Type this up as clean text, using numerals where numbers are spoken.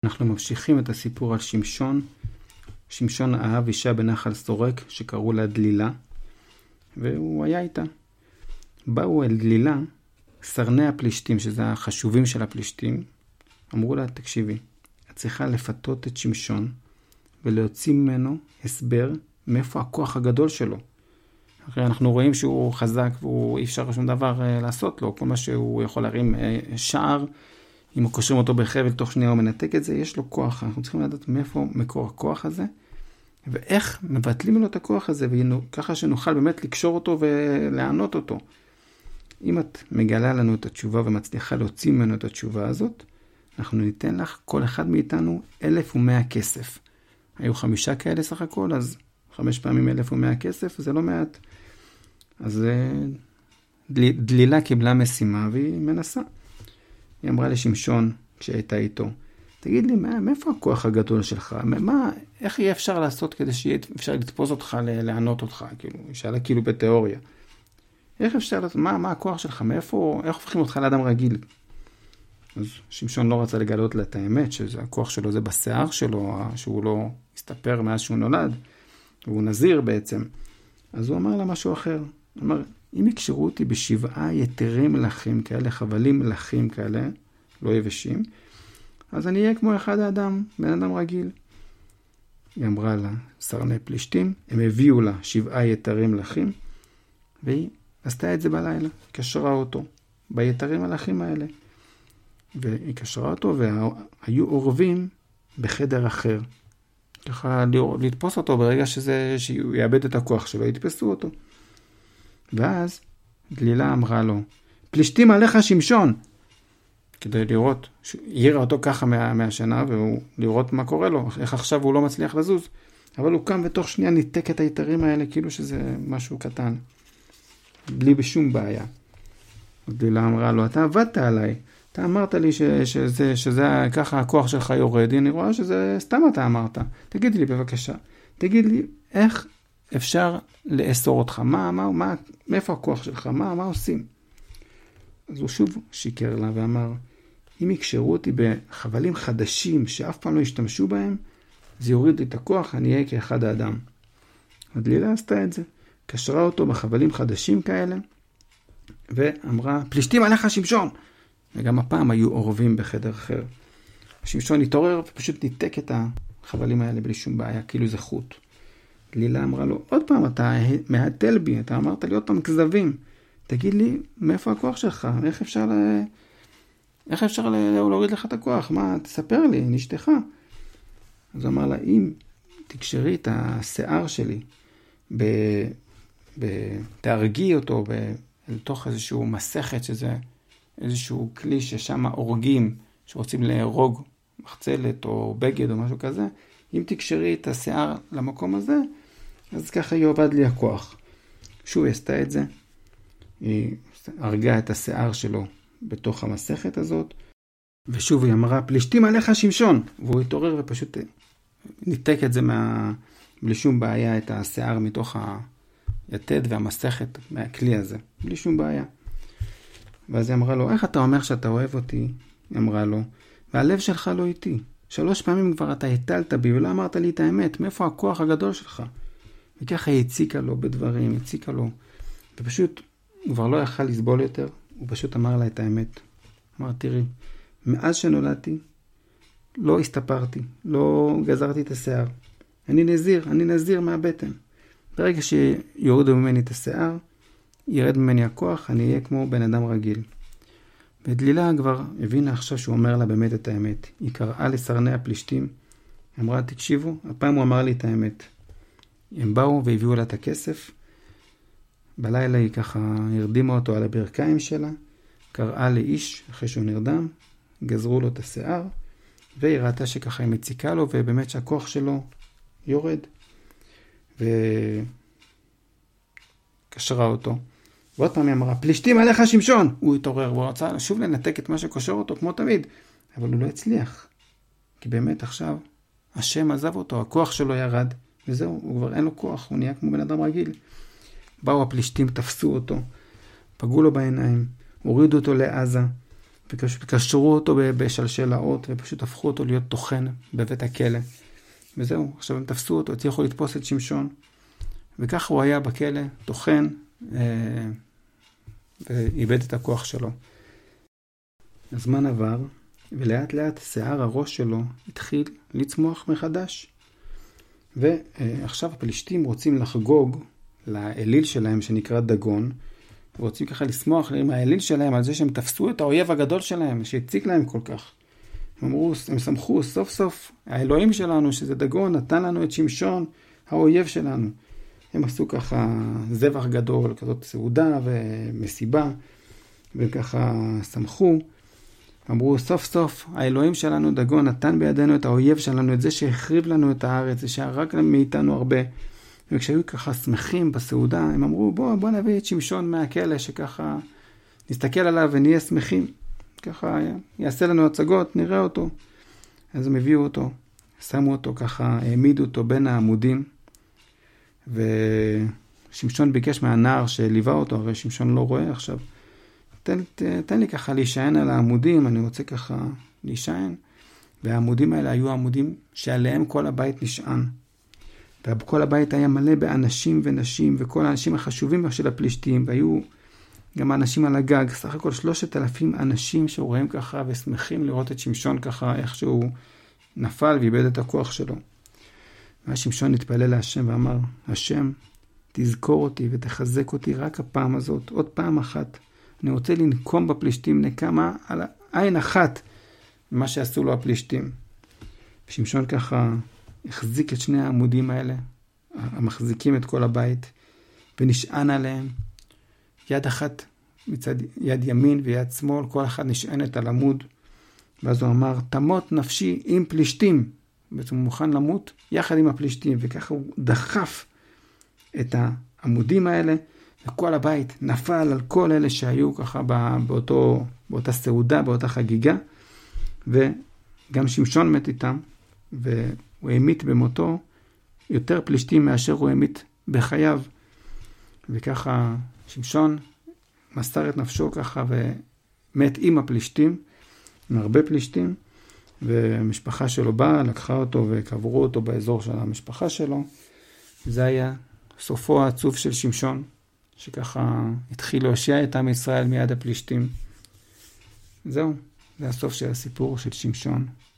אנחנו ממשיכים את הסיפור על שמשון. שמשון אהב אישה בנחל סורק שקראו לה דלילה, והוא היה איתה. באו אל דלילה סרני הפלישתים, שזה החשובים של הפלישתים, אמרו לה, תקשיבי, את צריכה לפתות את שמשון ולהוציא ממנו הסבר מאיפה הכוח הגדול שלו. אחרי אנחנו רואים שהוא חזק ואי אפשר שום דבר לעשות לו, כל מה שהוא יכול להרים שער, אם קושרים אותו בחבל תוך שנייה הוא מנתק את זה, יש לו כוח. אנחנו צריכים לדעת מאיפה מקור הכוח הזה, ואיך מבטלים לו את הכוח הזה, ככה שנוכל באמת לקשור אותו ולענות אותו. אם את מגלה לנו את התשובה ומצליחה להוציא ממנו את התשובה הזאת, אנחנו ניתן לך כל אחד מאיתנו 1,100 כסף. היו 5 כאלה סך הכל, אז 5 פעמים 1,100 כסף, זה לא מעט. אז דלילה קיבלה משימה והיא מנסה. היא אמרה לשמשון כשהייתה איתו, תגיד לי, מאיפה הכוח הגדול שלך? איך יהיה אפשר לעשות כדי שיהיה אפשר לתפוס אותך, לענות אותך? כאילו, היא שאלה כאילו בתיאוריה. איך אפשר לעשות? מה הכוח שלך? מאיפה, איך הופכים אותך לאדם רגיל? אז שמשון לא רצה לגלות לה את האמת, שהכוח שלו זה בשיער שלו, שהוא לא הסתפר מאז שהוא נולד, והוא נזיר בעצם. אז הוא אמר לה משהו אחר. הוא אמר, אם יקשרו אותי ב7 יתרים מלכים כאלה, חבלים מלכים כאלה, לא יבשים, אז אני אהיה כמו אחד האדם, בן אדם רגיל. היא אמרה לה, סרני פלישתים, הם הביאו לה 7 יתרים מלכים, והיא עשתה את זה בלילה, קשרה אותו ביתרים מלכים האלה. והיא קשרה אותו, והיו עורבים בחדר אחר. ככה לתפוס אותו ברגע שהוא יאבד את הכוח שלו, יתפסו אותו. ואז דלילה אמרה לו, פלישתים עליך שמשון, כדי לראות, העירה אותו ככה מהשינה, ולראות מה קורה לו, איך עכשיו הוא לא מצליח לזוז. אבל הוא קם ותוך שנייה ניתק את היתרים האלה, כאילו שזה משהו קטן, בלי בשום בעיה. דלילה אמרה לו, אתה עבדת עליי, אתה אמרת לי שזה ככה הכוח שלך יורד, אני רואה שזה סתם אתה אמרת. תגיד לי בבקשה, תגיד לי איך אפשר לאסור אותך, מאיפה הכוח שלך, מה עושים? אז הוא שוב שיקר לה ואמר, אם יקשרו אותי בחבלים חדשים שאף פעם לא ישתמשו בהם, זה יוריד לי את הכוח, אני אהיה כאחד האדם. הדלילה עשתה את זה, קשרה אותו בחבלים חדשים כאלה, ואמרה, פלישתים עליך שמשון! וגם הפעם היו עורבים בחדר אחר. שמשון התעורר ופשוט ניתק את החבלים האלה בלי שום בעיה, כאילו זה חוט. דלילה אמרה לו, עוד פעם אתה מהתל בי, אתה אמרת לי עוד פעם כזבים. תגיד לי, מאיפה הכוח שלך? איך אפשר להוריד לך את הכוח? תספר לי, נשתך. אז הוא אמר לה, אם תקשרי את השיער שלי, תארגי אותו לתוך איזשהו מסכת, שזה איזשהו כלי ששם הורגים, שרוצים להרוג מחצלת או בגד או משהו כזה, אם תקשרי את השיער למקום הזה, אז ככה יאבד לי הכוח. שוב היא עשתה את זה, היא הרגה את השיער שלו בתוך המסכת הזאת, ושוב היא אמרה, פלישתים עליך שמשון, והוא התעורר ופשוט ניתק את זה בלי שום בעיה, את השיער מתוך היתד והמסכת מהכלי הזה, בלי שום בעיה. ואז היא אמרה לו, איך אתה אומר שאתה אוהב אותי? היא אמרה לו, והלב שלך לא איתי. 3 פעמים כבר אתה הטלת בי ולא אמרת לי את האמת, מאיפה הכוח הגדול שלך? וככה היא הציקה לו בדברים, הציקה לו, ופשוט הוא כבר לא יכל לסבול יותר, הוא פשוט אמר לה את האמת. אמר, תראי, מאז שנולדתי, לא הסתפרתי, לא גזרתי את השיער. אני נזיר מהבטן. ברגע שיורידו ממני את השיער, ירד ממני הכוח, אני אהיה כמו בן אדם רגיל. ודלילה כבר הבינה עכשיו שהוא אומר לה באמת את האמת. היא קראה לסרני הפלישתים, אמרה, תקשיבו, הפעם הוא אמר לי את האמת. הם באו והביאו לה את הכסף, בלילה היא ככה הרדימה אותו על הברכיים שלה, קראה לאיש אחרי שהוא נרדם, גזרו לו את השיער, והיא ראתה שככה היא מציקה לו, ובאמת שהכוח שלו יורד, וקשרה אותו. ועוד פעם היא אמרה, פלישתים עליך שמשון! הוא התעורר, והוא רצה שוב לנתק את מה שקושר אותו כמו תמיד, אבל הוא לא הצליח. כי באמת עכשיו, השם עזב אותו, הכוח שלו ירד, וזהו, הוא כבר אין לו כוח, הוא נהיה כמו בן אדם רגיל. באו הפלישתים, תפסו אותו, פגעו לו בעיניים, הורידו אותו לעזה, וקשרו אותו בשלשלאות, ופשוט הפכו אותו להיות טוחן בבית הכלא. וזהו, עכשיו הם תפסו אותו, הצליחו לתפוס את שמשון, וככה הוא היה בכלא, טוחן, ואיבד את הכוח שלו. הזמן עבר, ולאט לאט שיער הראש שלו התחיל לצמוח מחדש. ועכשיו הפלישתים רוצים לחגוג לאליל שלהם שנקרא דגון, ורוצים ככה לשמוח עם האליל שלהם על זה שהם תפסו את האויב הגדול שלהם, שהציק להם כל כך. הם שמחו, סוף סוף האלוהים שלנו, שזה דגון, נתן לנו את שמשון, האויב שלנו. הם עשו ככה זבח גדול, כזאת סעודה ומסיבה, וככה שמחו. אמרו, סוף סוף האלוהים שלנו, דגון, נתן בידינו את האויב שלנו, את זה שהחריב לנו את הארץ, זה שהרג מאיתנו הרבה. וכשהיו ככה שמחים בסעודה, הם אמרו, בוא נביא את שמשון מהכלא, שככה נסתכל עליו ונהיה שמחים. ככה יעשה לנו הצגות, נראה אותו. אז הם הביאו אותו, שמו אותו ככה, העמידו אותו בין העמודים, ושמשון ביקש מהנער שליווה אותו, הרי שמשון לא רואה עכשיו, תן לי ככה להישען על העמודים, אני רוצה ככה להישען. והעמודים האלה היו העמודים שעליהם כל הבית נשען. וכל הבית היה מלא באנשים ונשים, וכל האנשים החשובים של הפלישתים, והיו גם האנשים על הגג, סך הכל 3,000 אנשים שרואים ככה ושמחים לראות את שמשון ככה, איך שהוא נפל ואיבד את הכוח שלו. והשמשון התפלל להשם ואמר, השם, תזכור אותי ותחזק אותי רק הפעם הזאת, עוד פעם אחת. אני רוצה לנקום בפלישתים נקמה על עין אחת ממה שעשו לו הפלישתים. שמשון ככה החזיק את שני העמודים האלה, המחזיקים את כל הבית, ונשען עליהם. יד אחת מצד יד ימין ויד שמאל, כל אחד נשענת על עמוד. ואז הוא אמר, תמות נפשי עם פלישתים. בעצם הוא מוכן למות יחד עם הפלישתים, וככה הוא דחף את העמודים האלה, וכל הבית נפל על כל אלה שהיו ככה באותה סעודה, באותה חגיגה, וגם שמשון מת איתם, והוא המית במותו יותר פלישתים מאשר הוא המית בחייו. וככה שמשון מסר את נפשו ככה ומת עם הפלישתים, עם הרבה פלישתים, והמשפחה שלו באה, לקחה אותו וקברו אותו באזור של המשפחה שלו. זה היה סופו העצוב של שמשון, שככה התחיל להושיע את עם ישראל מיד הפלישתים. זהו, זה הסוף של הסיפור של שמשון.